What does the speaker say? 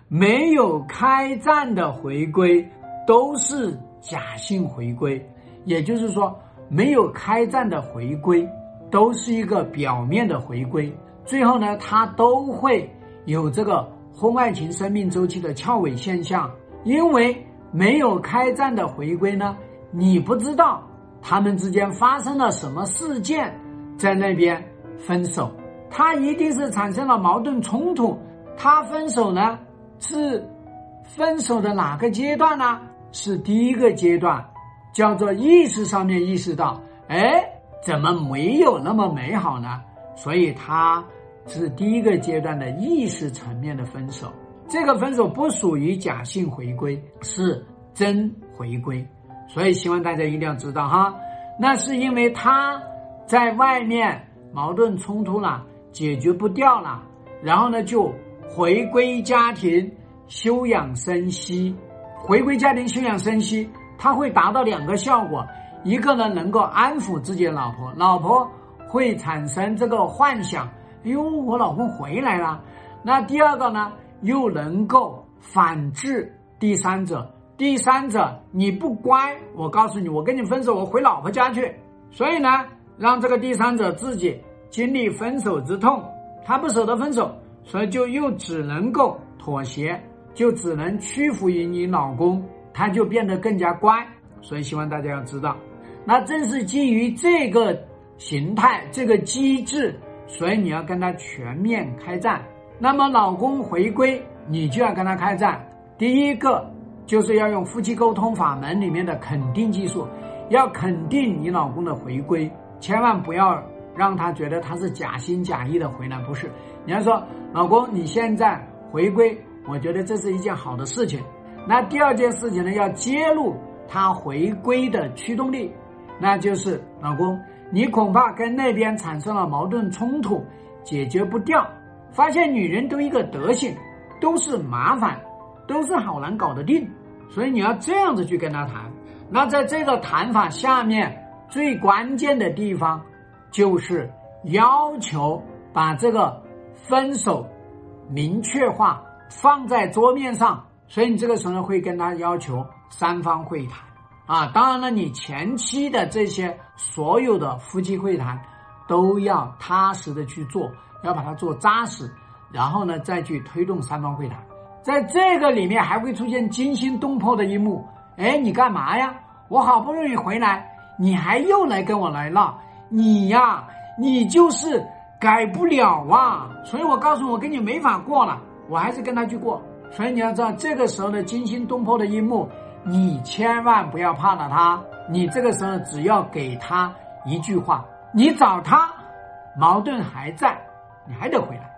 没有开战的回归都是假性回归，也就是说，没有开战的回归都是一个表面的回归，最后呢，它都会有这个婚外情生命周期的翘尾现象。因为没有开战的回归呢，你不知道他们之间发生了什么事件，在那边分手，他一定是产生了矛盾冲突。他分手呢，是分手的哪个阶段呢？是第一个阶段，叫做意识上面意识到，怎么没有那么美好呢？所以他是第一个阶段的意识层面的分手。这个分手不属于假性回归，是真回归。所以希望大家一定要知道哈，那是因为他在外面矛盾冲突了，解决不掉了，然后呢就回归家庭休养生息。回归家庭休养生息，它会达到两个效果，一个呢能够安抚自己的老婆，老婆会产生这个幻想，我老公回来了。那第二个呢，又能够反制第三者，第三者你不乖，我告诉你，我跟你分手，我回老婆家去。所以呢，让这个第三者自己经历分手之痛，他不舍得分手，所以就又只能够妥协，就只能屈服于你老公，他就变得更加乖。所以希望大家要知道，那正是基于这个形态，这个机制，所以你要跟他全面开战。那么老公回归，你就要跟他开战。第一个就是要用夫妻沟通法门里面的肯定技术，要肯定你老公的回归，千万不要让他觉得他是假心假意的回来，不是。你要说，老公你现在回归，我觉得这是一件好的事情。那第二件事情呢，要揭露他回归的驱动力，那就是老公，你恐怕跟那边产生了矛盾冲突，解决不掉，发现女人都一个德行，都是麻烦，都是好难搞得定，所以你要这样子去跟他谈。那在这个谈法下面，最关键的地方就是要求把这个分手明确化，放在桌面上。所以你这个时候会跟他要求三方会谈啊，当然了，你前期的这些所有的夫妻会谈都要踏实的去做，要把它做扎实，然后呢再去推动三方会谈。在这个里面还会出现惊心动魄的一幕，你干嘛呀？我好不容易回来，你还又来跟我来闹，你呀，你就是改不了啊，所以我告诉你，我跟你没法过了，我还是跟他去过。所以你要知道，这个时候的惊心动魄的一幕，你千万不要怕了他，你这个时候只要给他一句话，你找他，矛盾还在，你还得回来。